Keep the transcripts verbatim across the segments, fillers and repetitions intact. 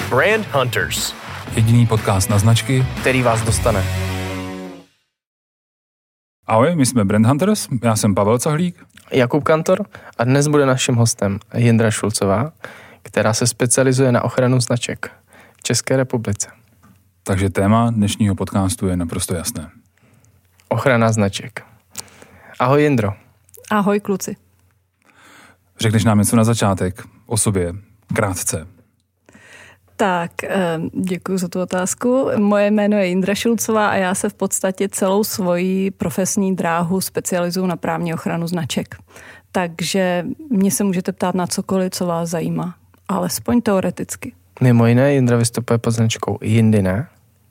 Brand Hunters. Jediný podcast na značky, který vás dostane. Ahoj, my jsme Brand Hunters, já jsem Pavel Cahlík. Jakub Kantor a dnes bude naším hostem Jindra Šulcová, která se specializuje na ochranu značek v České republice. Takže téma dnešního podcastu je naprosto jasné. Ochrana značek. Ahoj Jindro. Ahoj kluci. Řekneš nám něco na začátek o sobě, krátce. Tak, děkuji za tu otázku. Moje jméno je Jindra Šulcová a já se v podstatě celou svoji profesní dráhu specializuju na právní ochranu značek. Takže mě se můžete ptát na cokoliv, co vás zajímá, alespoň teoreticky. Mimo jiné Jindra vystupuje pod značkou Jindy, ne?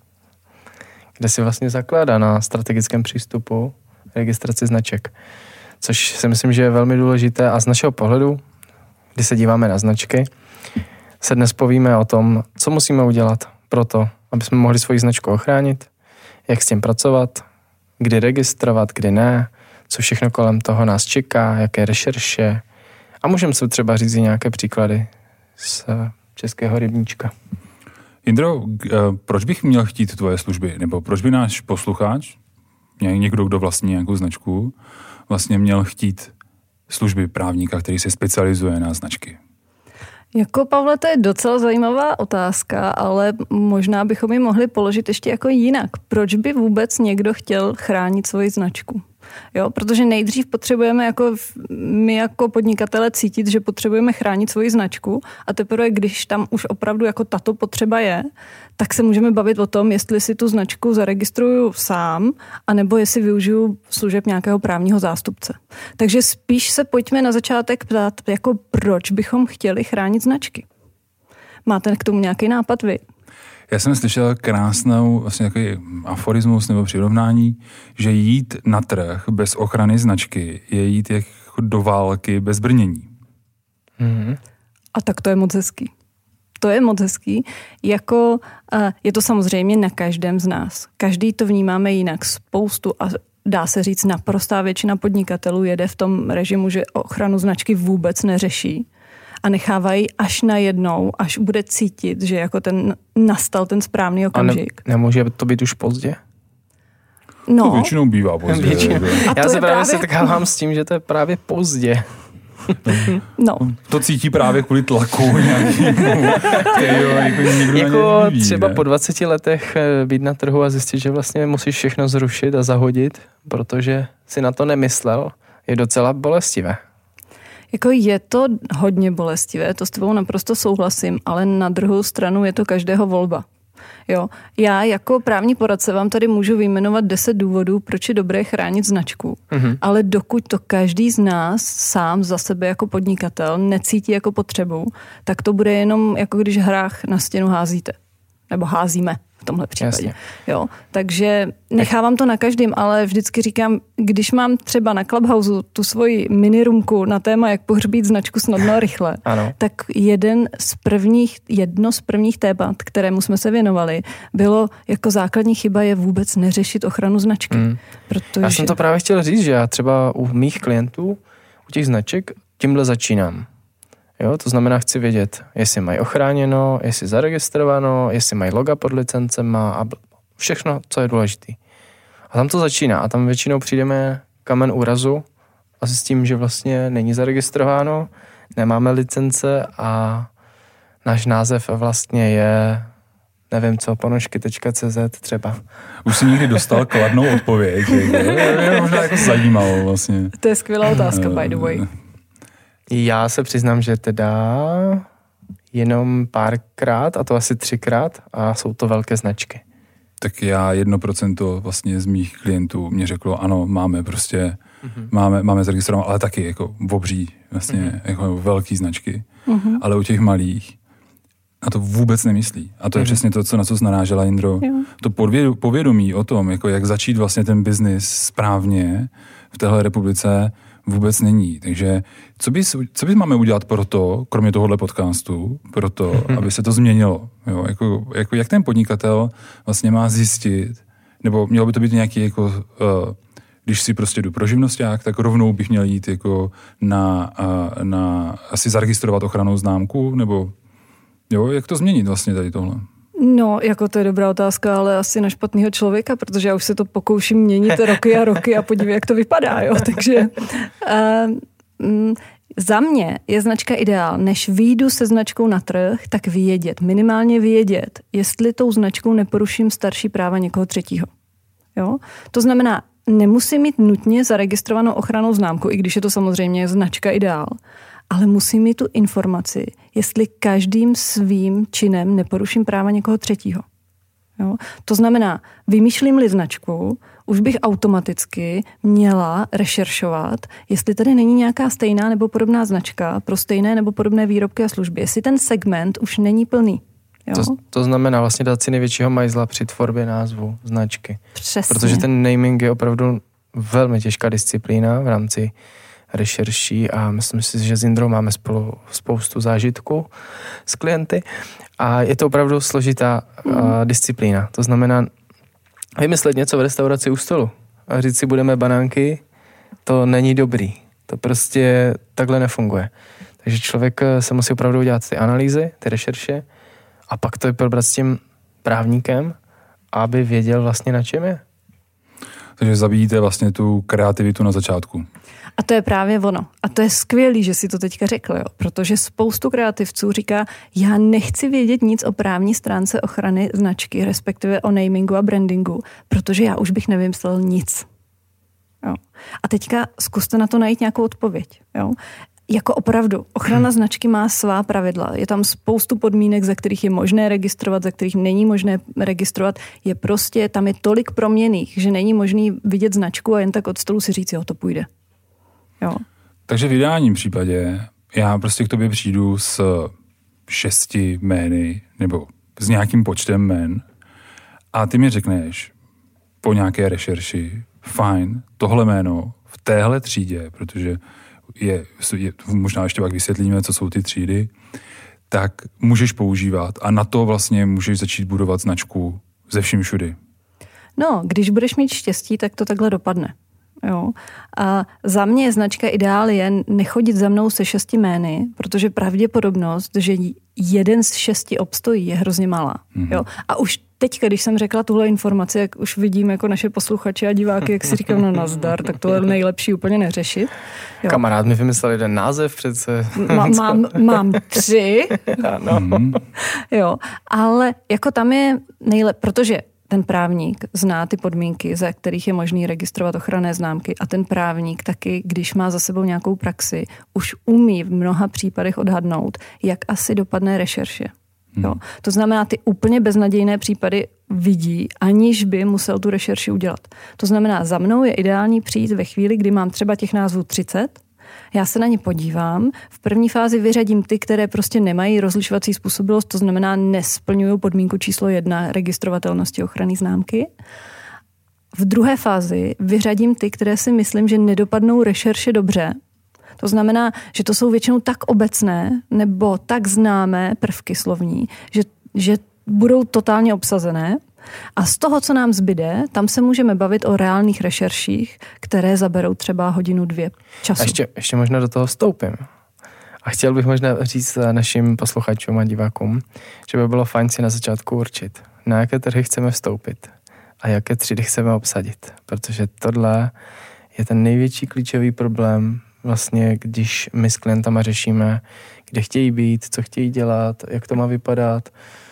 Kde si vlastně zakládá na strategickém přístupu registraci značek. Což si myslím, že je velmi důležité a z našeho pohledu, když se díváme na značky, se dnes povíme o tom, co musíme udělat pro to, aby jsme mohli svoji značku ochránit, jak s tím pracovat, kdy registrovat, kdy ne, co všechno kolem toho nás čeká, jaké rešerše. A můžeme si třeba říct i nějaké příklady z českého rybníčka. Jindro, proč bych měl chtít tvoje služby? Nebo proč by náš posluchač, někdo, kdo vlastní nějakou značku, vlastně měl chtít služby právníka, který se specializuje na značky? Jako Pavle, to je docela zajímavá otázka, ale možná bychom ji mohli položit ještě jako jinak. Proč by vůbec někdo chtěl chránit svoji značku? Jo, protože nejdřív potřebujeme jako my jako podnikatele cítit, že potřebujeme chránit svoji značku a teprve, když tam už opravdu jako tato potřeba je, tak se můžeme bavit o tom, jestli si tu značku zaregistruju sám, anebo jestli využiju služeb nějakého právního zástupce. Takže spíš se pojďme na začátek ptát, jako proč bychom chtěli chránit značky. Máte k tomu nějaký nápad vy? Já jsem slyšel krásnou vlastně takový aforismus nebo přirovnání, že jít na trh bez ochrany značky je jít jako do války bez brnění. Mm-hmm. A tak to je moc hezký. To je moc hezký. Jako, je to samozřejmě na každém z nás. Každý to vnímáme jinak. Spoustu a dá se říct naprostá většina podnikatelů jede v tom režimu, že ochranu značky vůbec neřeší. A nechávají až na jednou, až bude cítit, že jako ten nastal ten správný okamžik. A ne, nemůže to být už pozdě? No. To většinou bývá pozdě. Většinou. Já se právě právě setkávám s tím, že to je právě pozdě. No. To cítí právě kvůli tlaku nějakému, kterýho jako nikdo jako na něj třeba ne? po dvaceti letech být na trhu a zjistit, že vlastně musíš všechno zrušit a zahodit, protože si na to nemyslel, je docela bolestivé. Jako je to hodně bolestivé, to s tebou naprosto souhlasím, ale na druhou stranu je to každého volba. Jo, já jako právní poradce vám tady můžu vyjmenovat deset důvodů, proč je dobré chránit značku, mm-hmm. ale dokud to každý z nás sám za sebe jako podnikatel necítí jako potřebu, tak to bude jenom jako když hrách na stěnu házíte. Nebo házíme v tomhle případě. Jasně. Jo, takže nechávám to na každém, ale vždycky říkám, když mám třeba na Clubhouse tu svoji minirumku na téma, jak pohřbít značku snadno a rychle, ano. tak jeden z prvních, jedno z prvních témat, kterému jsme se věnovali, bylo jako základní chyba je vůbec neřešit ochranu značky. Mm. Protože... Já jsem to právě chtěl říct, že já třeba u mých klientů, u těch značek, tímhle začínám. Jo, to znamená, chci vědět, jestli mají ochráněno, jestli zaregistrováno, jestli mají loga pod licencema a všechno, co je důležité. A tam to začíná a tam většinou přijdeme kamen úrazu a s tím, že vlastně není zaregistrováno, nemáme licence a náš název vlastně je, nevím co, ponožky tečka cé zet třeba. Už jsi někdy dostal kladnou odpověď, je možná jako zajímalo vlastně. To je skvělá otázka, by the way. Já se přiznám, že teda jenom párkrát, a to asi třikrát, a jsou to velké značky. Tak já jedno procento vlastně z mých klientů mě řeklo, ano, máme prostě, mm-hmm. máme, máme zaregistrované, ale taky jako obří, vlastně mm-hmm. jako velký značky. Mm-hmm. Ale u těch malých na to vůbec nemyslí. A to je mm-hmm. přesně to, co na co jsi narážela, Jindro. Jo. To povědomí o tom, jako jak začít vlastně ten biznis správně v téhle republice vůbec není. Takže co bys, co bys máme udělat pro to, kromě tohohle podcastu, pro to, mm-hmm. aby se to změnilo? Jo, jako, jako jak ten podnikatel vlastně má zjistit, nebo mělo by to být nějaký jako, uh, když si prostě jdu pro živnosťák, tak rovnou bych měl jít jako na, uh, na asi zaregistrovat ochrannou známku, nebo Jo, jak to změnit vlastně tady tohle? No, jako to je dobrá otázka, ale asi na špatného člověka, protože já už se to pokouším měnit roky a roky a podívej, jak to vypadá, jo, takže uh, mm, za mě je značka ideál, než vyjdu se značkou na trh, tak vědět, minimálně vědět, jestli tou značkou neporuším starší práva někoho třetího. Jo? To znamená, nemusím mít nutně zaregistrovanou ochrannou známku, i když je to samozřejmě značka ideál, ale musím mít tu informaci, jestli každým svým činem neporuším práva někoho třetího. Jo? To znamená, vymýšlím-li značku, už bych automaticky měla rešeršovat, jestli tady není nějaká stejná nebo podobná značka pro stejné nebo podobné výrobky a služby. Jestli ten segment už není plný. Jo? To, to znamená vlastně dát si největšího majzla při tvorbě názvu značky. Přesně. Protože ten naming je opravdu velmi těžká disciplína v rámci rešerší a myslím si, že s Jindrou máme spolu spoustu zážitků s klienty a je to opravdu složitá mm. uh, disciplína. To znamená vymyslet něco v restauraci u stolu a říct si budeme banánky, to není dobrý. To prostě takhle nefunguje. Takže člověk se musí opravdu udělat ty analýzy, ty rešerše a pak to je probrat s tím právníkem, aby věděl vlastně na čem je. Takže zabíjíte vlastně tu kreativitu na začátku. A to je právě ono. A to je skvělý, že si to teďka řekl, jo? Protože spoustu kreativců říká, já nechci vědět nic o právní stránce ochrany značky, respektive o namingu a brandingu, protože já už bych nevymyslel nic. Jo? A teďka zkuste na to najít nějakou odpověď. Jo? Jako opravdu, ochrana značky má svá pravidla. Je tam spoustu podmínek, za kterých je možné registrovat, za kterých není možné registrovat. Je prostě, tam je tolik proměnných, že není možný vidět značku a jen tak od stolu si říct, jo, to půjde. Jo. Takže v ideálním případě já prostě k tobě přijdu s šesti jmény nebo s nějakým počtem jmén a ty mi řekneš po nějaké rešerši, fajn, tohle jméno v téhle třídě, protože je, je, možná ještě pak vysvětlíme, co jsou ty třídy, tak můžeš používat a na to vlastně můžeš začít budovat značku ze vším všudy. No, když budeš mít štěstí, tak to takhle dopadne. Jo. A za mě značka ideál je nechodit za mnou se šesti jmény, protože pravděpodobnost, že jeden z šesti obstojí, je hrozně malá. Mm-hmm. Jo. A už teďka, když jsem řekla tuhle informaci, jak už vidím jako naše posluchače a diváky, jak si říkám na nazdar, tak to je nejlepší úplně neřešit. Jo. Kamarád mi vymyslel jeden název přece. Má, mám, mám tři. Ano. Mm-hmm. Jo, ale jako tam je nejlepší, protože ten právník zná ty podmínky, za kterých je možný registrovat ochranné známky a ten právník taky, když má za sebou nějakou praxi, už umí v mnoha případech odhadnout, jak asi dopadne rešerše. Jo. To znamená, ty úplně beznadějné případy vidí, aniž by musel tu rešerši udělat. To znamená, za mnou je ideální přijít ve chvíli, kdy mám třeba těch názvů třicet, já se na ně podívám, v první fázi vyřadím ty, které prostě nemají rozlišovací způsobilost, to znamená nesplňují podmínku číslo jedna registrovatelnosti ochranné známky. V druhé fázi vyřadím ty, které si myslím, že nedopadnou rešerše dobře. To znamená, že to jsou většinou tak obecné nebo tak známé prvky slovní, že, že budou totálně obsazené. A z toho, co nám zbyde, tam se můžeme bavit o reálných rešerších, které zaberou třeba hodinu, dvě času. A ještě, ještě možná do toho vstoupím. A chtěl bych možná říct našim posluchačům a divákům, že by bylo fajn si na začátku určit, na jaké trhy chceme vstoupit a jaké třídy chceme obsadit. Protože tohle je ten největší klíčový problém, vlastně, když my s klientama řešíme, kde chtějí být, co chtějí dělat, jak to má vypadat.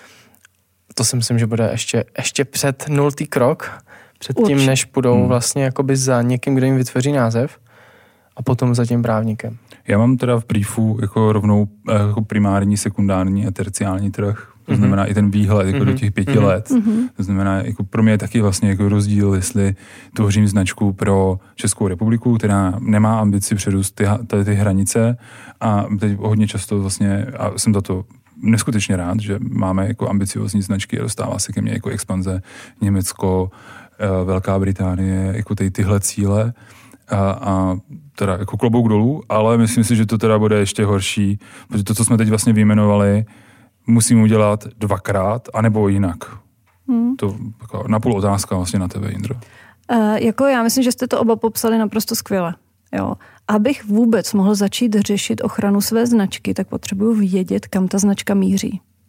To si myslím, že bude ještě, ještě před nultý krok, před tím, Určitě. než půjdou hmm. vlastně jakoby za někým, kdo jim vytvoří název a potom za tím právníkem. Já mám teda v briefu jako rovnou jako primární, sekundární a terciální trh. To mm-hmm. znamená i ten výhled jako mm-hmm. do těch pěti mm-hmm. let. Mm-hmm. To znamená, jako pro mě je taky vlastně jako rozdíl, jestli tvořím značku pro Českou republiku, která nemá ambici předůst ty, ty, ty hranice a teď hodně často vlastně, a jsem za to neskutečně rád, že máme jako ambiciozní značky a dostává se ke mně jako expanze Německo, Velká Británie, jako ty, tyhle cíle a, a teda jako klobouk dolů, ale myslím si, že to teda bude ještě horší, protože to, co jsme teď vlastně vyjmenovali, musím udělat dvakrát, anebo jinak. Hmm. To jako napůl otázka vlastně na tebe, Jindro. Uh, jako já myslím, že jste to oba popsali naprosto skvěle. Jo. Abych vůbec mohl začít řešit ochranu své značky, tak potřebuji vědět, kam ta značka míří.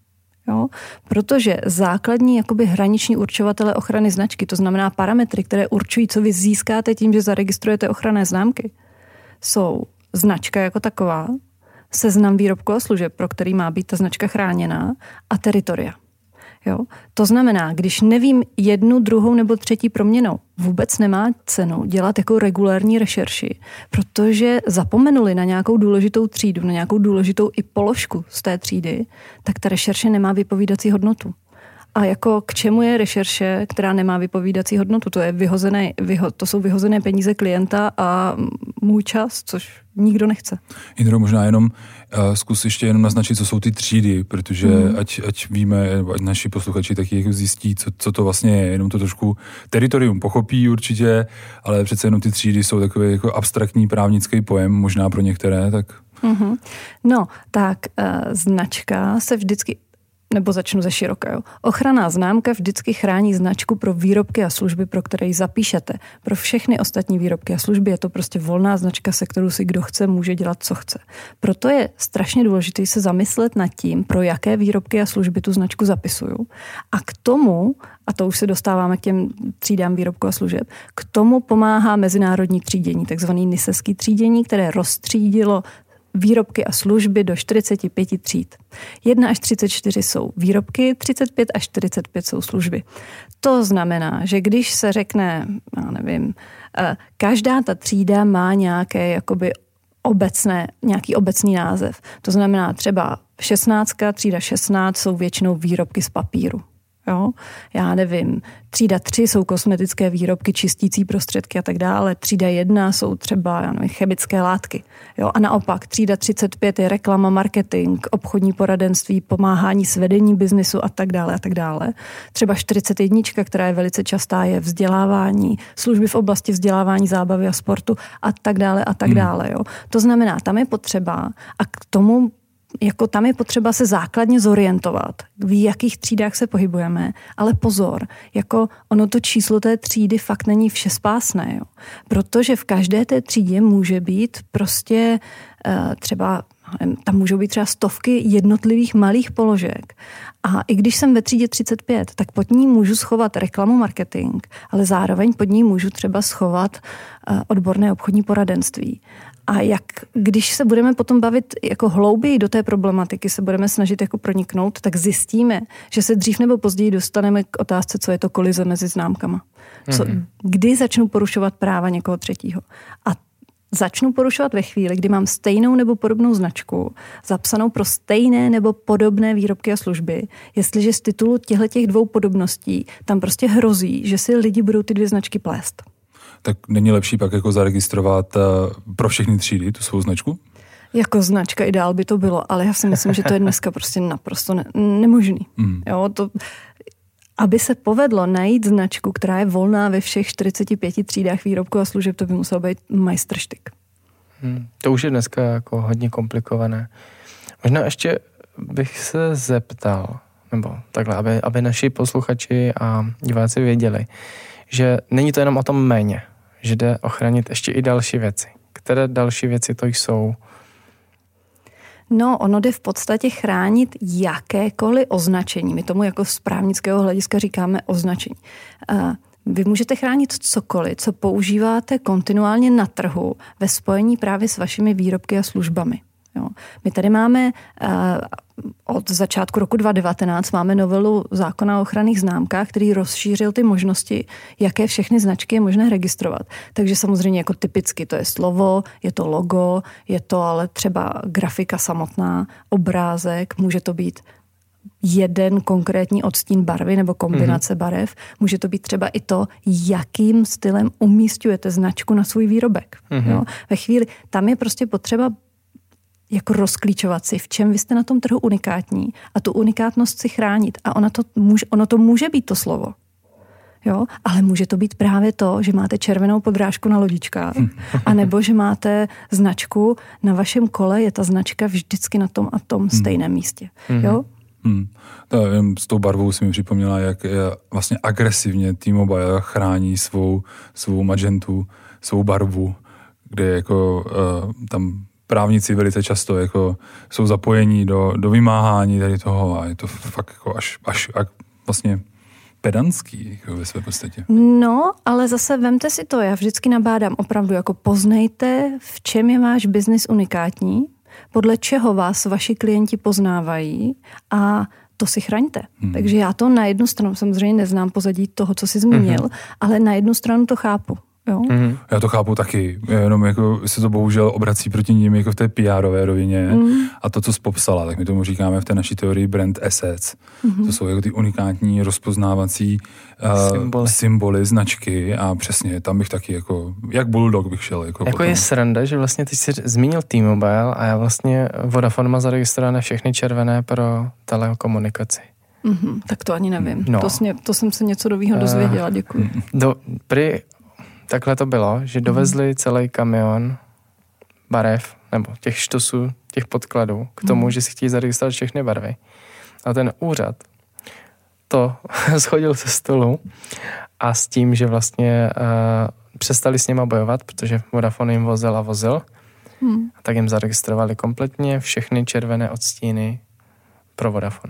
Jo? Protože základní jakoby hraniční určovatele ochrany značky, to znamená parametry, které určují, co vy získáte tím, že zaregistrujete ochranné známky, jsou značka jako taková, seznam výrobků a služeb, pro který má být ta značka chráněná, a teritoria. Jo? To znamená, když nevím jednu, druhou nebo třetí proměnou, vůbec nemá cenu dělat jako regulární rešerši, protože zapomenuli na nějakou důležitou třídu, na nějakou důležitou i položku z té třídy, tak ta rešerše nemá vypovídací hodnotu. A jako k čemu je rešerše, která nemá vypovídací hodnotu? To, je vyhozené, vyho, to jsou vyhozené peníze klienta a můj čas, což nikdo nechce. Jindro, možná jenom uh, zkus ještě jenom naznačit, co jsou ty třídy, protože mm. ať, ať víme, ať naši posluchači taky jako zjistí, co, co to vlastně je. Jenom to trošku teritorium pochopí určitě, ale přece jenom ty třídy jsou takový jako abstraktní právnický pojem, možná pro některé, tak... Mm-hmm. No, tak uh, značka se vždycky... Nebo začnu ze široka. Jo. Ochranná známka vždycky chrání značku pro výrobky a služby, pro které ji zapíšete. Pro všechny ostatní výrobky a služby je to prostě volná značka, se kterou si kdo chce, může dělat, co chce. Proto je strašně důležité se zamyslet nad tím, pro jaké výrobky a služby tu značku zapisuju. A k tomu, a to už se dostáváme k těm třídám výrobků a služeb, k tomu pomáhá mezinárodní třídění, takzvaný niseský třídění, které rozstřídilo výrobky a služby do čtyřicet pět tříd. jedna až třicet čtyři jsou výrobky, třicet pět až čtyřicet pět jsou služby. To znamená, že když se řekne, já nevím, každá ta třída má nějaké jakoby obecné, nějaký obecný název. To znamená třeba šestnáctka, třída šestnáct jsou většinou výrobky z papíru. Jo? Já nevím, třída tři jsou kosmetické výrobky, čistící prostředky a tak dále. Třída jedna jsou třeba já nevím, chemické látky. Jo? A naopak, třída třicet pět je reklama, marketing, obchodní poradenství, pomáhání s vedením biznisu a tak dále a tak dále. Třeba čtyřicet jedna, která je velice častá, je vzdělávání, služby v oblasti vzdělávání, zábavy a sportu a tak dále a tak dále. Jo? To znamená, tam je potřeba a k tomu jako tam je potřeba se základně zorientovat, v jakých třídách se pohybujeme, ale pozor, jako ono to číslo té třídy fakt není všespásné, jo. Protože v každé té třídě může být prostě třeba, tam můžou být třeba stovky jednotlivých malých položek. A i když jsem ve třídě třicet pět, tak pod ní můžu schovat reklamu, marketing, ale zároveň pod ní můžu třeba schovat odborné obchodní poradenství. A jak, když se budeme potom bavit jako hlouběji do té problematiky, se budeme snažit jako proniknout, tak zjistíme, že se dřív nebo později dostaneme k otázce, co je to kolize mezi známkama. Co, mm-hmm. Kdy začnu porušovat práva někoho třetího. A začnu porušovat ve chvíli, kdy mám stejnou nebo podobnou značku, zapsanou pro stejné nebo podobné výrobky a služby, jestliže z titulu těchto dvou podobností tam prostě hrozí, že si lidi budou ty dvě značky plést. Tak není lepší pak jako zaregistrovat uh, pro všechny třídy tu svou značku? Jako značka ideál by to bylo, ale já si myslím, že to je dneska prostě naprosto ne- nemožný. Mm. Jo, to, aby se povedlo najít značku, která je volná ve všech čtyřiceti pěti třídách výrobků a služeb, to by musel být majstrštyk. Hmm, to už je dneska jako hodně komplikované. Možná ještě bych se zeptal, nebo takhle, aby, aby naši posluchači a diváci věděli, že není to jenom o tom méně, že jde ochránit ještě i další věci. Které další věci to jsou? No, ono jde v podstatě chránit jakékoliv označení. My tomu jako z právnického hlediska říkáme označení. Vy můžete chránit cokoliv, co používáte kontinuálně na trhu ve spojení právě s vašimi výrobky a službami. Jo. My tady máme uh, od začátku roku dva tisíce devatenáct máme novelu zákona o ochranných známkách, který rozšířil ty možnosti, jaké všechny značky je možné registrovat. Takže samozřejmě jako typicky to je slovo, je to logo, je to ale třeba grafika samotná, obrázek, může to být jeden konkrétní odstín barvy nebo kombinace mm-hmm. barev. Může to být třeba i to, jakým stylem umísťujete značku na svůj výrobek. Mm-hmm. Jo. Ve chvíli, tam je prostě potřeba jako rozklíčovat si, v čem vy jste na tom trhu unikátní a tu unikátnost si chránit. A ona to může, ono to může být to slovo. Jo? Ale může to být právě to, že máte červenou podrážku na lodičkách, anebo že máte značku na vašem kole, je ta značka vždycky na tom a tom stejném místě. Jo? Hmm. To, s tou barvou si mi připomněla, jak je vlastně agresivně T-Mobile chrání svou, svou magentu, svou barvu, kde jako uh, tam právníci velice často jako jsou zapojení do, do vymáhání tady toho a je to fakt jako až, až, až vlastně pedantský jako ve své podstatě. No, ale zase vemte si to, já vždycky nabádám opravdu, jako poznejte, v čem je váš biznis unikátní, podle čeho vás vaši klienti poznávají a to si chraňte. Hmm. Takže já to na jednu stranu samozřejmě neznám pozadí toho, co jsi zmínil, hmm. ale na jednu stranu to chápu. Jo? Mm. Já to chápu taky, jenom jako se to bohužel obrací proti ním jako v té P R-ové rovině mm. a to, co jsi popsala, tak my tomu říkáme v té naší teorii brand assets. Mm. To jsou jako ty unikátní rozpoznávací uh, symboly. symboly, značky a přesně tam bych taky jako, jak bulldog bych šel. Jako, jako je sranda, že vlastně ty jsi zmínil T-Mobile a já vlastně Vodafone má zaregistrované všechny červené pro telekomunikaci. Mm-hmm, tak to ani nevím. No. To, smě, to jsem se něco novýho dozvěděla, děkuji. Do, pri, takhle to bylo, že dovezli celý kamion barev, nebo těch štosů, těch podkladů, k tomu, mm. že si chtějí zaregistrovat všechny barvy. A ten úřad to schodil ze stolu a s tím, že vlastně uh, přestali s nima bojovat, protože Vodafone jim vozil a vozil, mm. tak jim zaregistrovali kompletně všechny červené odstíny pro Vodafone.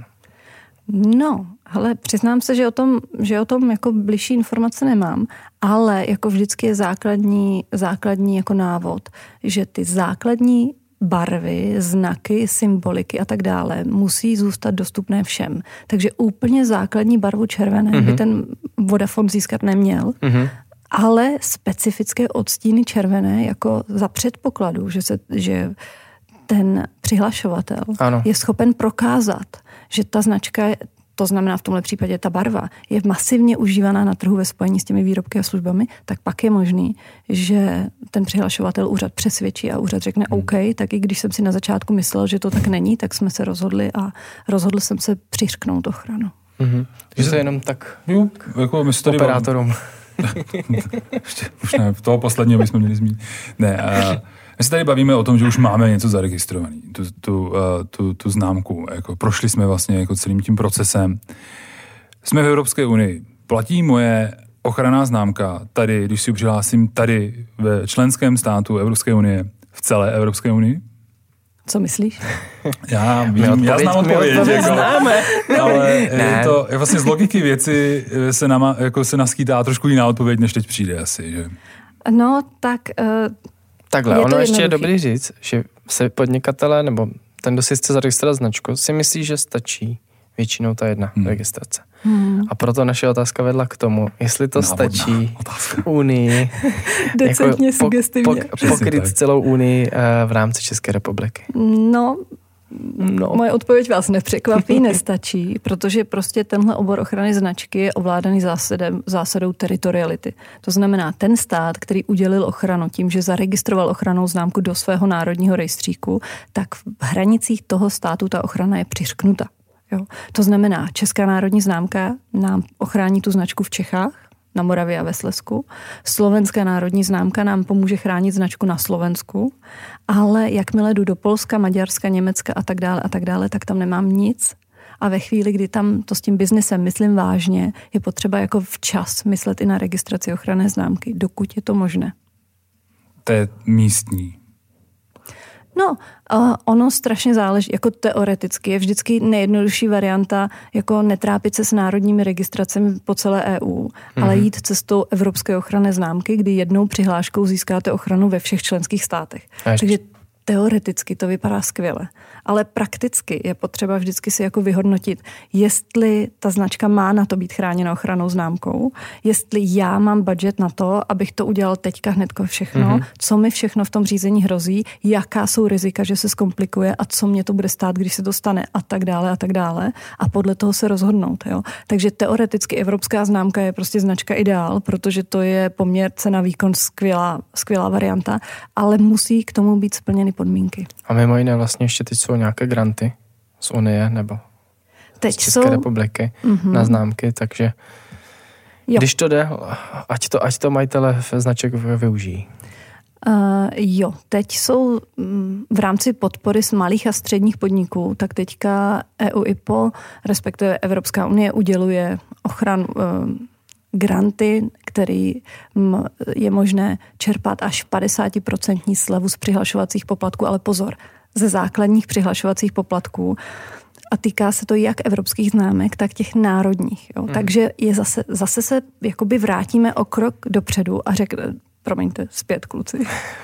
No, ale přiznám se, že o tom, že o tom jako bližší informace nemám, ale jako vždycky je základní, základní jako návod, že ty základní barvy, znaky, symboliky a tak dále musí zůstat dostupné všem. Takže úplně základní barvu červené mm-hmm. by ten Vodafone získat neměl, mm-hmm. ale specifické odstíny červené jako za předpokladu, že, se, že ten přihlašovatel ano. je schopen prokázat, že ta značka, to znamená v tomhle případě ta barva, je masivně užívaná na trhu ve spojení s těmi výrobky a službami, tak pak je možný, že ten přihlašovatel úřad přesvědčí a úřad řekne hmm. OK, tak i když jsem si na začátku myslel, že to tak není, tak jsme se rozhodli a rozhodl jsem se přiřknout ochranu. Mm-hmm. Takže to je jenom tak jo, jako my tady operátorům. Ještě, už ne, toho posledního bychom měli zmínit. Ne, a my se tady bavíme o tom, že už máme něco zaregistrovaný, tu, tu, uh, tu, tu známku. Jako prošli jsme vlastně jako celým tím procesem. Jsme v Evropské unii. Platí moje ochranná známka tady, když si ji přihlásím tady ve členském státu Evropské unie, v celé Evropské unii? Co myslíš? Já vím, já znám odpověď. Jako, známe. Ale je to, je vlastně z logiky věci se, nama, jako se naskýtá trošku jiná odpověď, než teď přijde asi, že? No, tak... Uh... Takhle, ono ještě je dobrý říct, že se podnikatelé, nebo ten, kdo si chce zaregistrovat značku, si myslí, že stačí většinou ta jedna hmm. registrace. Hmm. A proto naše otázka vedla k tomu, jestli to Návodná stačí otázka. Unii decentně jako sugestivně. Pok, pok, pokryt celou Unii uh, v rámci České republiky. No, no, moje odpověď vás nepřekvapí, nestačí, protože prostě tenhle obor ochrany značky je ovládaný zásadem, zásadou teritoriality. To znamená, ten stát, který udělil ochranu tím, že zaregistroval ochrannou známku do svého národního rejstříku, tak v hranicích toho státu ta ochrana je přiřknuta. Jo? To znamená, Česká národní známka nám ochrání tu značku v Čechách, na Moravě a ve Slezsku. Slovenská národní známka nám pomůže chránit značku na Slovensku, ale jakmile jdu do Polska, Maďarska, Německa a tak dále a tak dále, tak tam nemám nic. A ve chvíli, kdy tam to s tím biznesem myslím vážně, je potřeba jako včas myslet i na registraci ochranné známky, dokud je to možné. To je místní. No, uh, ono strašně záleží, jako teoreticky je vždycky nejjednodušší varianta, jako netrápit se s národními registracemi po celé E U, mm-hmm. ale jít cestou evropské ochranné známky, kdy jednou přihláškou získáte ochranu ve všech členských státech. Až. Takže teoreticky to vypadá skvěle, ale prakticky je potřeba vždycky si jako vyhodnotit, jestli ta značka má na to být chráněna ochrannou známkou, jestli já mám budget na to, abych to udělal teďka hnedko všechno, mm-hmm. co mi všechno v tom řízení hrozí, jaká jsou rizika, že se zkomplikuje a co mě to bude stát, když se to stane a tak dále a tak dále a podle toho se rozhodnout. Jo? Takže teoreticky evropská známka je prostě značka ideál, protože to je poměr cena výkon skvělá, skvělá varianta, ale musí k tomu být splněny podmínky. A mimo jiné vlastně ještě teď jsou nějaké granty z Unie nebo teď z České jsou... republiky mm-hmm. na známky, takže jo. Když to jde, ať to, ať to majitele značek využijí. Uh, jo, teď jsou um, v rámci podpory z malých a středních podniků, tak teďka E U I P O, respektive Evropská unie, uděluje ochranu, uh, granty, který je možné čerpat až padesát procent slevu z přihlašovacích poplatků, ale pozor, ze základních přihlašovacích poplatků. A týká se to jak evropských známek, tak těch národních. Jo. Mm. Takže je zase, zase se jakoby vrátíme o krok dopředu a řekneme, promiňte, zpět kluci.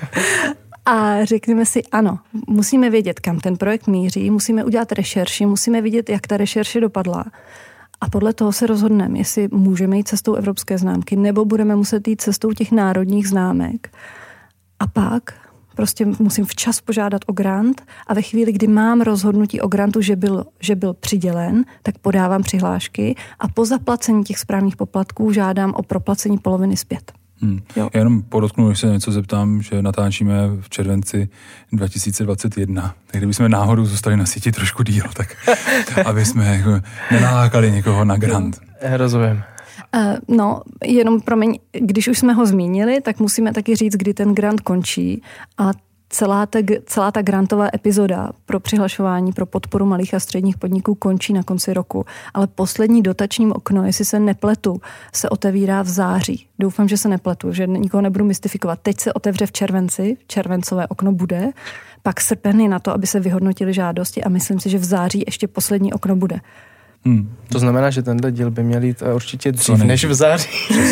A řekneme si, ano, musíme vědět, kam ten projekt míří, musíme udělat rešerši, musíme vidět, jak ta rešerše dopadla. A podle toho se rozhodneme, jestli můžeme jít cestou evropské známky, nebo budeme muset jít cestou těch národních známek. A pak prostě musím včas požádat o grant a ve chvíli, kdy mám rozhodnutí o grantu, že byl, že byl přidělen, tak podávám přihlášky a po zaplacení těch správních poplatků žádám o proplacení poloviny zpět. Hmm. Já jenom podotknu, když se něco zeptám, že natáčíme v červenci dva tisíce dvacet jedna, tak kdybychom náhodou zůstali na síti trošku díl, tak aby jsme jako nenalákali někoho na grant. Rozumím. Uh, no, jenom promiň, když už jsme ho zmínili, tak musíme taky říct, kdy ten grant končí a celá ta, celá ta grantová epizoda pro přihlašování pro podporu malých a středních podniků končí na konci roku. Ale poslední dotační okno, jestli se nepletu, se otevírá v září. Doufám, že se nepletu, že nikoho nebudu mystifikovat. Teď se otevře v červenci, červencové okno bude, pak srpen je na to, aby se vyhodnotily žádosti a myslím si, že v září ještě poslední okno bude. Hmm. To znamená, že tenhle díl by měl jít určitě dřív než v září.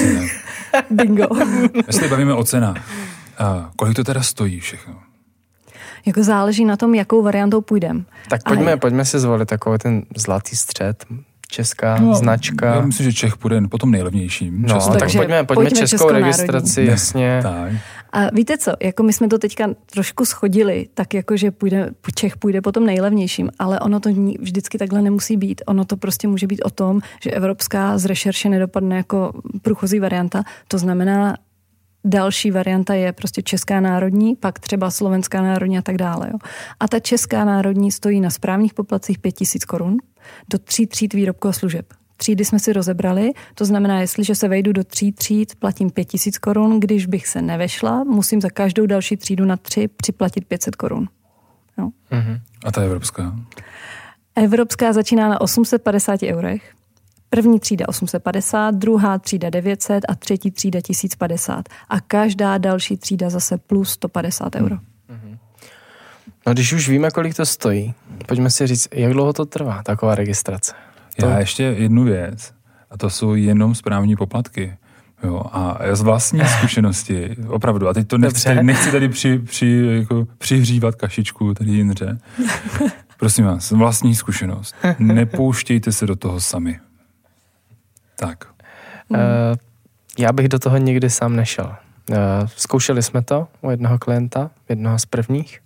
Bingo. Jestli bavíme o cenách, a kolik to teda stojí všechno? Jako záleží na tom, jakou variantou půjdeme. Tak pojďme, pojďme si zvolit takový ten zlatý střed, česká no, značka. Já myslím, že Čech půjde potom nejlevnějším. No, tak pojďme, pojďme, pojďme českou, českou registraci, národní. Jasně. Tak. A víte co, jako my jsme to teďka trošku schodili, tak jako, že půjde, Čech půjde potom nejlevnějším, ale ono to vždycky takhle nemusí být. Ono to prostě může být o tom, že evropská z rešerše nedopadne jako průchozí varianta. To znamená, další varianta je prostě česká národní, pak třeba slovenská národní a tak dále. Jo. A ta česká národní stojí na správních poplatcích pět tisíc korun do tří tříd výrobků a služeb. Třídy jsme si rozebrali, to znamená, jestliže se vejdu do tří tříd, platím pět tisíc korun, když bych se nevešla, musím za každou další třídu na tři připlatit pět set korun. Jo. Mm-hmm. A ta evropská? Evropská začíná na osm set padesát eurech. První třída osm set padesát, druhá třída devět set a třetí třída tisíc padesát. A každá další třída zase plus sto padesát euro. Mm-hmm. No když už víme, kolik to stojí, pojďme si říct, jak dlouho to trvá, taková registrace. To... Já ještě jednu věc, a to jsou jenom správní poplatky. Jo, a z vlastní zkušenosti, opravdu, a teď to nechci tady, nechci tady při, při, jako, přihřívat kašičku tady Jindře. Prosím vás, vlastní zkušenost. Nepouštějte se do toho sami. Tak. Uh, já bych do toho nikdy sám nešel. Uh, zkoušeli jsme to u jednoho klienta, jednoho z prvních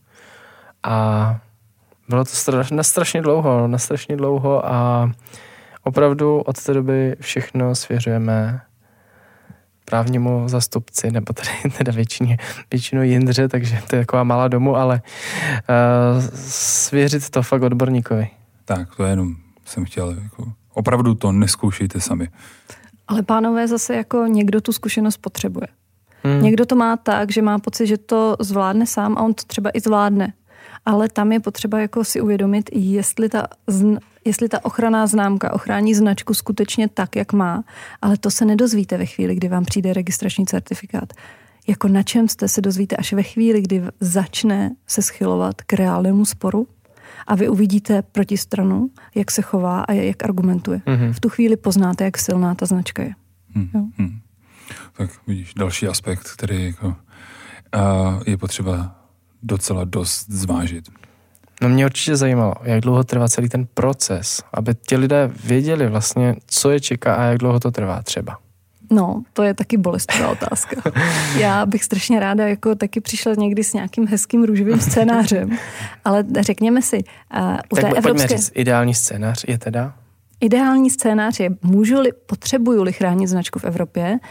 a bylo to strašně, strašně dlouho, na strašně dlouho a opravdu od té doby všechno svěřujeme právnímu zastupci, nebo tady teda většině, většinou Jindře, takže to je taková malá domů, ale uh, svěřit to fakt odborníkovi. Tak, to jenom jsem chtěl, jako, opravdu to neskoušejte sami. Ale pánové, zase jako někdo tu zkušenost potřebuje. Hmm. Někdo to má tak, že má pocit, že to zvládne sám a on to třeba i zvládne. Ale tam je potřeba jako si uvědomit, jestli ta, jestli ta ochranná známka ochrání značku skutečně tak, jak má, ale to se nedozvíte ve chvíli, kdy vám přijde registrační certifikát. Jako na čem jste, se dozvíte až ve chvíli, kdy začne se schylovat k reálnému sporu a vy uvidíte protistranu, jak se chová a jak argumentuje. Mm-hmm. V tu chvíli poznáte, jak silná ta značka je. Mm-hmm. Tak vidíš, další aspekt, který jako, uh, je potřeba docela dost zvážit. No mě určitě zajímalo, jak dlouho trvá celý ten proces, aby ti lidé věděli vlastně, co je čeká a jak dlouho to trvá třeba. No, to je taky bolestivá otázka. Já bych strašně ráda jako taky přišla někdy s nějakým hezkým růžovým scénářem, ale řekněme si, uh, u tak té pojďme evropské... říct, ideální scénář je teda? Ideální scénář je, můžu-li, potřebuju-li chránit značku v Evropě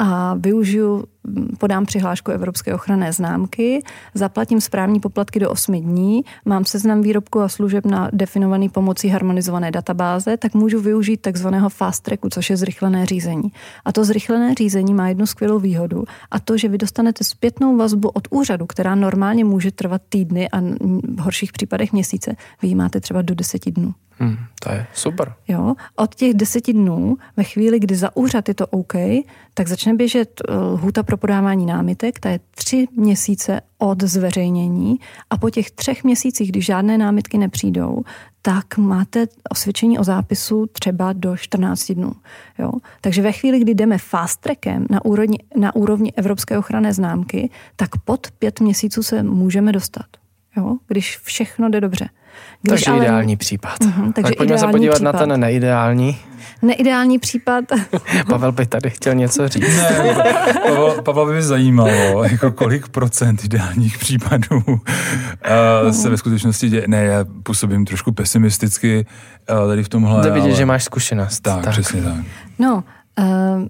a využiju, podám přihlášku Evropské ochranné známky, zaplatím správní poplatky do osmi dní, mám seznam výrobků a služeb na definovaný pomocí harmonizované databáze, tak můžu využít takzvaného fast tracku, což je zrychlené řízení. A to zrychlené řízení má jednu skvělou výhodu a to, že vy dostanete zpětnou vazbu od úřadu, která normálně může trvat týdny a v horších případech měsíce, vy ji máte třeba do deseti dnů. Hmm, to je super. Jo, od těch deseti dnů, ve chvíli, kdy za úřad je to OK, tak začne běžet lhůta pro podávání námitek, ta je tři měsíce od zveřejnění a po těch třech měsících, když žádné námitky nepřijdou, tak máte osvědčení o zápisu třeba do čtrnácti dnů. Jo? Takže ve chvíli, kdy jdeme fast trackem na úrovni, na úrovni Evropské ochranné známky, tak pod pět měsíců se můžeme dostat. Jo? Když všechno jde dobře. Když takže ale... ideální případ. Uh-huh, takže tak pojďme se podívat případ. Na ten neideální. Neideální případ. Pavel by tady chtěl něco říct. Ne, Pavel, Pavel by mě zajímalo, jako kolik procent ideálních případů uh, uh-huh. se ve skutečnosti děje. Ne, já působím trošku pesimisticky uh, tady v tomhle. To vidět, ale... že máš zkušenost. Tak, tak. Přesně tak. No, uh...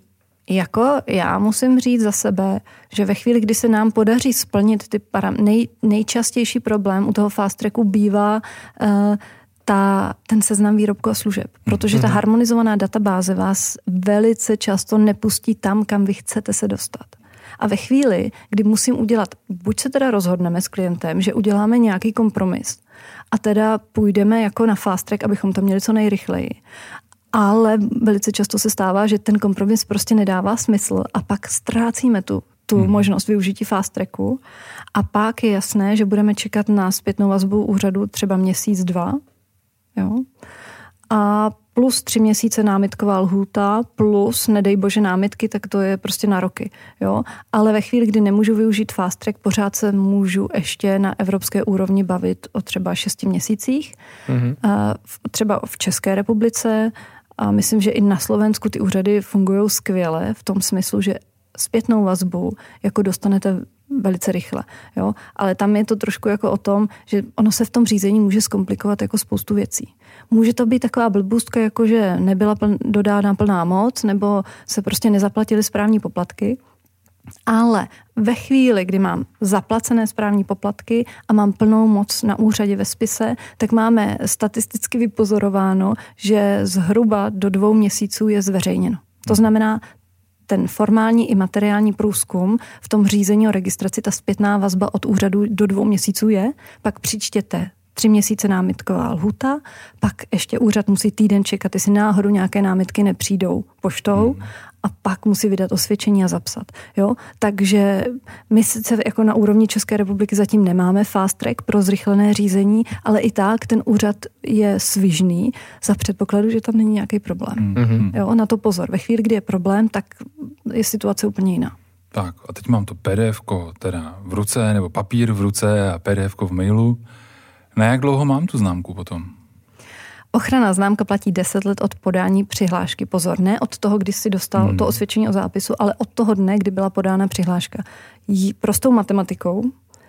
Jako já musím říct za sebe, že ve chvíli, kdy se nám podaří splnit ty param... Nej, nejčastější problém u toho fast tracku bývá uh, ta, ten seznam výrobků a služeb. Protože ta harmonizovaná databáze vás velice často nepustí tam, kam vy chcete se dostat. A ve chvíli, kdy musím udělat, buď se teda rozhodneme s klientem, že uděláme nějaký kompromis a teda půjdeme jako na fast track, abychom to měli co nejrychleji. Ale velice často se stává, že ten kompromis prostě nedává smysl a pak ztrácíme tu, tu hmm. možnost využití fast tracku a pak je jasné, že budeme čekat na zpětnou vazbu úřadu třeba měsíc, dva. Jo? A plus tři měsíce námitková lhůta, plus nedej bože námitky, tak to je prostě na roky. Jo? Ale ve chvíli, kdy nemůžu využít fast track, pořád se můžu ještě na evropské úrovni bavit o třeba šesti měsících. Hmm. Třeba v České republice a myslím, že i na Slovensku ty úřady fungují skvěle v tom smyslu, že zpětnou vazbu jako dostanete velice rychle. Jo? Ale tam je to trošku jako o tom, že ono se v tom řízení může zkomplikovat jako spoustu věcí. Může to být taková blbůstka, jako že nebyla pln, dodána plná moc, nebo se prostě nezaplatily správní poplatky. Ale ve chvíli, kdy mám zaplacené správní poplatky a mám plnou moc na úřadě ve spise, tak máme statisticky vypozorováno, že zhruba do dvou měsíců je zveřejněno. To znamená, ten formální i materiální průzkum v tom řízení o registraci, ta zpětná vazba od úřadu do dvou měsíců je, pak přičtěte tři měsíce námitková lhuta, pak ještě úřad musí týden čekat, jestli náhodou nějaké námitky nepřijdou poštou hmm. a pak musí vydat osvědčení a zapsat. Jo? Takže my sice jako na úrovni České republiky zatím nemáme fast track pro zrychlené řízení, ale i tak ten úřad je svižný za předpokladu, že tam není nějaký problém. Hmm. Jo? Na to pozor. Ve chvíli, kdy je problém, tak je situace úplně jiná. Tak a teď mám to P D F-ko teda v ruce, nebo papír v ruce a P D F-ko v mailu. Na jak dlouho mám tu známku potom? Ochranná známka platí deset let od podání přihlášky. Pozor, ne od toho, kdy jsi dostal hmm. to osvědčení o zápisu, ale od toho dne, kdy byla podána přihláška. Jí prostou matematikou,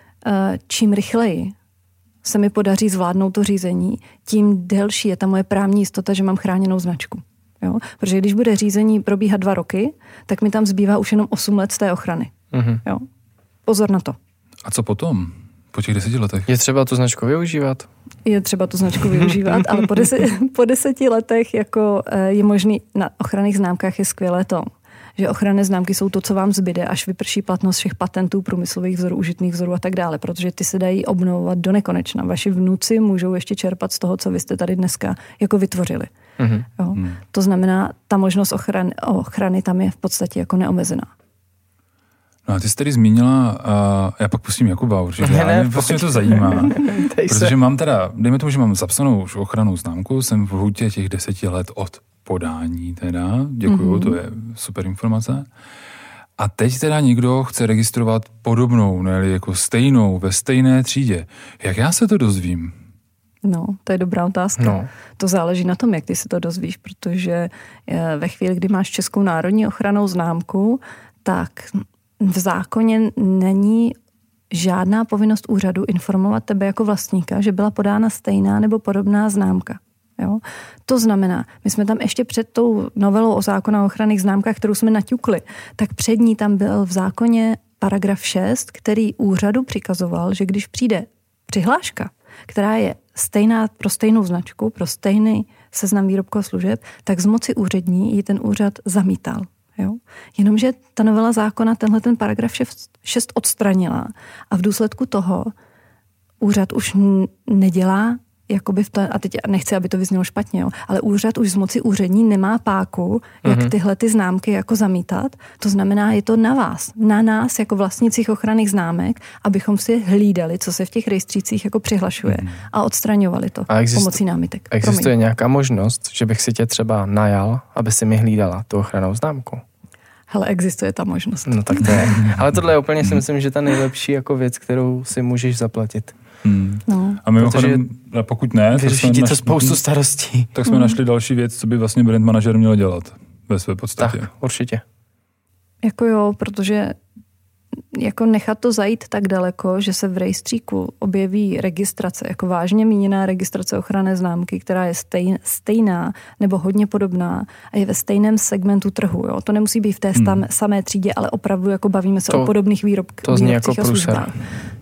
čím rychleji se mi podaří zvládnout to řízení, tím delší je ta moje právní jistota, že mám chráněnou značku. Jo? Protože když bude řízení probíhat dva roky, tak mi tam zbývá už jenom osm let z té ochrany. Hmm. Jo? Pozor na to. A co potom? Po těch deseti letech? Je třeba tu značku využívat? Je třeba tu značku využívat, ale po, deset, po deseti letech jako je možný, na ochranných známkách je skvělé to, že ochranné známky jsou to, co vám zbyde, až vyprší platnost všech patentů, průmyslových vzorů, užitných vzorů a tak dále, protože ty se dají obnovovat do nekonečna. Vaši vnuci můžou ještě čerpat z toho, co vy jste tady dneska jako vytvořili. Mm-hmm. Jo? Mm. To znamená, ta možnost ochrany, ochrany tam je v podstatě jako neomezená. No a ty jsi tady zmínila, uh, já pak pustím Jakuba určitě, ne, ne, ale prostě mě to zajímá, protože mám teda, dejme tomu, že mám zapsanou už ochrannou známku, jsem v lhůtě těch deseti let od podání teda, děkuju, mm-hmm. to je super informace. A teď teda někdo chce registrovat podobnou, ne jako stejnou, ve stejné třídě. Jak já se to dozvím? No, to je dobrá otázka. No. To záleží na tom, jak ty se to dozvíš, protože ve chvíli, kdy máš Českou národní ochrannou známku, tak v zákoně není žádná povinnost úřadu informovat tebe jako vlastníka, že byla podána stejná nebo podobná známka. Jo? To znamená, my jsme tam ještě před tou novelou o zákonu o ochranných známkách, kterou jsme naťukli, tak před ní tam byl v zákoně paragraf šest, který úřadu přikazoval, že když přijde přihláška, která je stejná pro stejnou značku, pro stejný seznam výrobků a služeb, tak z moci úřední ji ten úřad zamítal. Jo? Jenomže ta novela zákona tenhle ten paragraf šest odstranila a v důsledku toho úřad už nedělá jakoby v to, a teď nechci, aby to vyznělo špatně, jo, ale úřad už z moci úřední nemá páku, jak mm-hmm. tyhle ty známky jako zamítat. To znamená, je to na vás, na nás jako vlastnicích ochranných známek, abychom si hlídali, co se v těch rejstřících jako přihlašuje mm-hmm. a odstraňovali to a exist- pomocí námitek. Existuje Promiň. nějaká možnost, že bych si tě třeba najal, aby si mi hlídala tu ochrannou známku? Hele, existuje ta možnost. No tak to je. Ale tohle je úplně si myslím, že ta nejlepší jako věc, kterou si můžeš zaplatit. Hmm. No. A mimochodem, pokud ne, vyřeší ti to našli, spoustu starostí. Tak jsme mm. našli další věc, co by vlastně brand manažer měl dělat ve své podstatě. Tak, určitě. Jako jo, protože jako nechat to zajít tak daleko, že se v rejstříku objeví registrace, jako vážně míněná registrace ochranné známky, která je stejn, stejná nebo hodně podobná a je ve stejném segmentu trhu. Jo? To nemusí být v té hmm. samé třídě, ale opravdu jako bavíme se to, o podobných výrobk, to výrobcích jako a službách.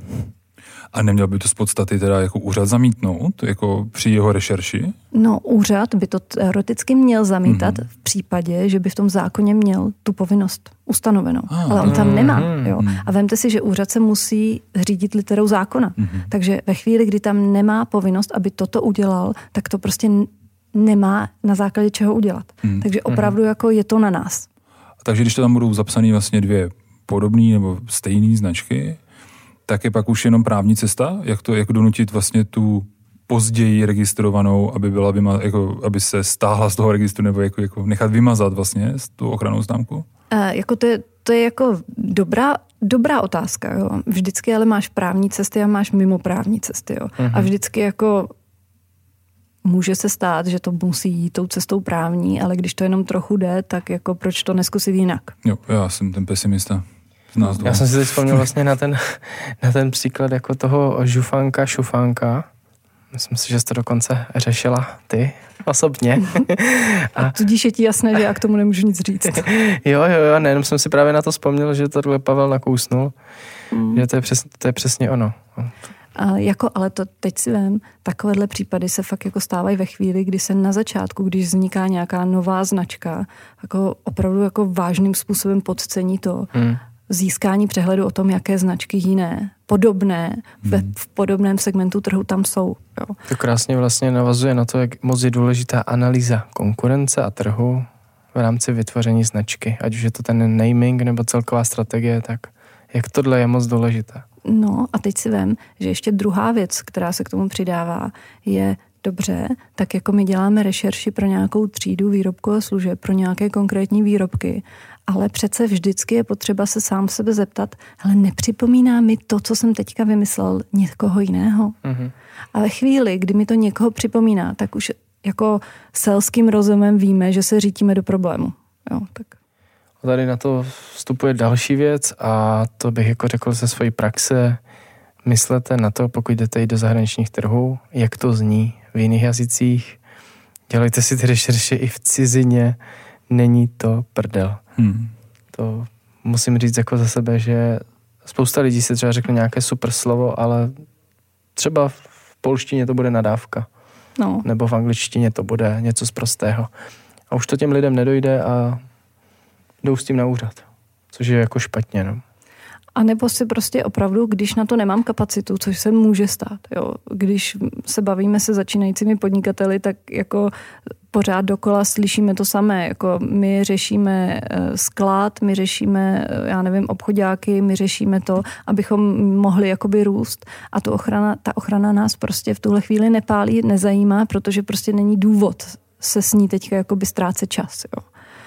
A neměl by to z podstaty teda jako úřad zamítnout, jako při jeho rešerši? No, úřad by to teoreticky měl zamítat mm-hmm. v případě, že by v tom zákoně měl tu povinnost ustanovenou. Ah, ale on tam nemá. Jo? A vemte si, že úřad se musí řídit literou zákona. Mm-hmm. Takže ve chvíli, kdy tam nemá povinnost, aby toto udělal, tak to prostě nemá na základě čeho udělat. Mm-hmm. Takže opravdu jako je to na nás. Takže když to tam budou zapsané vlastně dvě podobné nebo stejné značky, tak je pak už jenom právní cesta, jak to, jak donutit vlastně tu později registrovanou, aby byla vyma, jako, aby se stáhla z toho registru, nebo jako, jako nechat vymazat vlastně tu ochrannou známku? E, jako to, je, to je jako dobrá, dobrá otázka. Jo. Vždycky ale máš právní cesty a máš mimo právní cesty. Jo. Mhm. A vždycky jako může se stát, že to musí jít tou cestou právní, ale když to jenom trochu jde, tak jako proč to neskusit jinak? Jo, já jsem ten pesimista. Já jsem si teď vzpomněl vlastně na ten, na ten příklad jako toho žufanka, šufanka. Myslím si, že jsi to dokonce řešila ty osobně. A, a tudíž je ti jasné, že já k tomu nemůžu nic říct. jo, jo, jo, nejenom jsem si právě na to vzpomněl, že tohle Pavel nakousnul, mm. že to je, přes, to je přesně ono. A jako, ale to teď si vem, takovéhle případy se fakt jako stávají ve chvíli, kdy se na začátku, když vzniká nějaká nová značka, jako opravdu jako vážným způsobem podcení to, mm. získání přehledu o tom, jaké značky jiné, podobné, ve, hmm. v podobném segmentu trhu tam jsou. Jo. To krásně vlastně navazuje na to, jak moc je důležitá analýza konkurence a trhu v rámci vytvoření značky. Ať už je to ten naming nebo celková strategie, tak jak tohle je moc důležité. No a teď si vem, že ještě druhá věc, která se k tomu přidává, je dobře, tak jako my děláme rešerši pro nějakou třídu výrobků a služeb, pro nějaké konkrétní výrobky, ale přece vždycky je potřeba se sám sebe zeptat, ale nepřipomíná mi to, co jsem teďka vymyslel, někoho jiného. Mm-hmm. A ve chvíli, kdy mi to někoho připomíná, tak už jako selským rozumem víme, že se řítíme do problému. Jo, tak. A tady na to vstupuje další věc a to bych jako řekl ze své praxe. Myslete na to, pokud jdete i do zahraničních trhů, jak to zní v jiných jazycích. Dělejte si ty rešerše i v cizině. Není to prdel. Hmm. To musím říct jako za sebe, že spousta lidí si třeba řekne nějaké super slovo, ale třeba v polštině to bude nadávka. No. Nebo v angličtině to bude něco sprostého. A už to těm lidem nedojde a jdou s tím na úřad. Což je jako špatně, no. A nebo si prostě opravdu, když na to nemám kapacitu, což se může stát, jo. Když se bavíme se začínajícími podnikateli, tak jako pořád dokola slyšíme to samé, jako my řešíme sklad, my řešíme, já nevím, obchodáky, my řešíme to, abychom mohli jakoby růst a tu ochrana, ta ochrana nás prostě v tuhle chvíli nepálí, nezajímá, protože prostě není důvod se s ní teďka jakoby ztrácet čas, jo.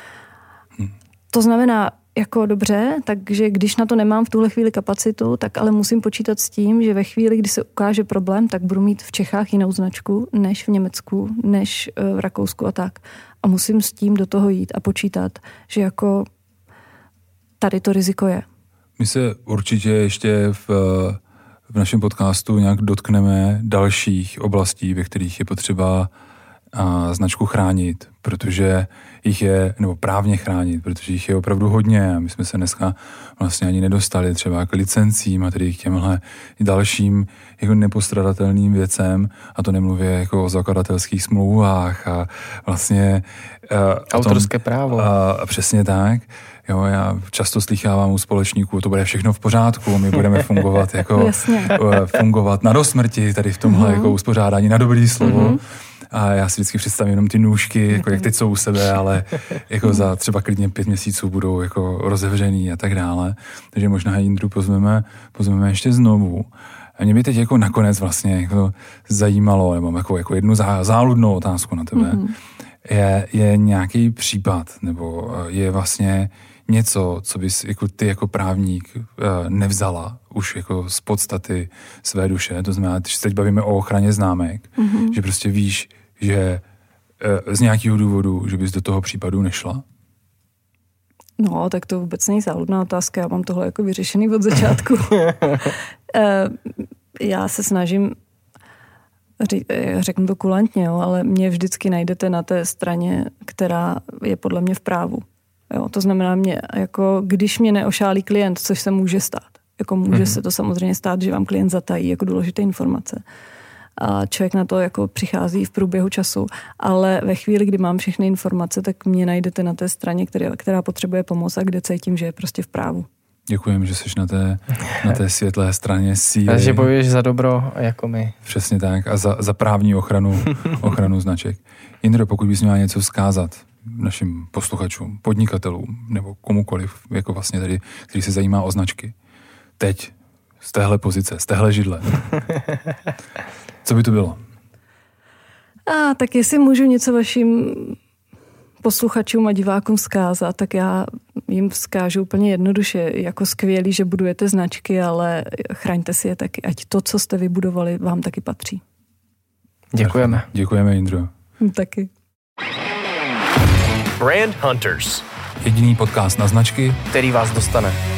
Hmm. To znamená, jako dobře, takže když na to nemám v tuhle chvíli kapacitu, tak ale musím počítat s tím, že ve chvíli, kdy se ukáže problém, tak budu mít v Čechách jinou značku, než v Německu, než v Rakousku a tak. A musím s tím do toho jít a počítat, že jako tady to riziko je. My se určitě ještě v, v našem podcastu nějak dotkneme dalších oblastí, ve kterých je potřeba a značku chránit, protože jich je, nebo právně chránit, protože jich je opravdu hodně a my jsme se dneska vlastně ani nedostali třeba k licencím a tedy k těmhle dalším jako nepostradatelným věcem a to nemluvě jako o zakladatelských smlouvách a vlastně uh, autorské právo. A přesně tak. Jo, já často slychávám u společníků, to bude všechno v pořádku, my budeme fungovat jako fungovat na dosmrti tady v tomhle mm-hmm. jako uspořádání na dobrý slovo. Mm-hmm. A já si vždycky představím jenom ty nůžky, jako jak teď jsou u sebe, ale jako za třeba klidně pět měsíců budou jako rozevřený a tak dále. Takže možná Jindru pozveme, pozveme ještě znovu. A mě by teď jako nakonec vlastně jako zajímalo, nebo jako, jako jednu zá, záludnou otázku na tebe. Mm-hmm. Je, je nějaký případ, nebo je vlastně něco, co bys jako ty jako právník nevzala už jako z podstaty své duše, to znamená, když se teď bavíme o ochraně známek, mm-hmm. že prostě víš, že z nějakého důvodu, že bys do toho případu nešla? No, tak to vůbec není záludná otázka, já mám tohle jako vyřešený od začátku. Já se snažím, řeknu to kulantně, jo, ale mě vždycky najdete na té straně, která je podle mě v právu. Jo, to znamená, mě, jako, když mě neošálí klient, což se může stát. Jako může mm-hmm. se to samozřejmě stát, že vám klient zatají jako důležité informace. A člověk na to jako přichází v průběhu času, ale ve chvíli, kdy mám všechny informace, tak mě najdete na té straně, která, která potřebuje pomoc a kde cítím, že je prostě v právu. Děkujem, že jsi na té, na té světlé straně síly. Takže bojuješ za dobro jako my. Přesně tak a za, za právní ochranu, ochranu značek. Jindro, pokud bys měla něco vzkázat našim posluchačům, podnikatelům nebo komukoliv, jako vlastně tady, který se zajímá o značky, teď, z téhle pozice, z téhle židle, co by to bylo? A tak jestli můžu něco vašim posluchačům a divákům vzkázat, tak já jim vzkážu úplně jednoduše, jako skvělý, že budujete značky, ale chraňte si je taky, ať to, co jste vybudovali, vám taky patří. Děkujeme. Děkujeme, Jindro. Taky. Brand Hunters. Jediný podcast na značky, který vás dostane.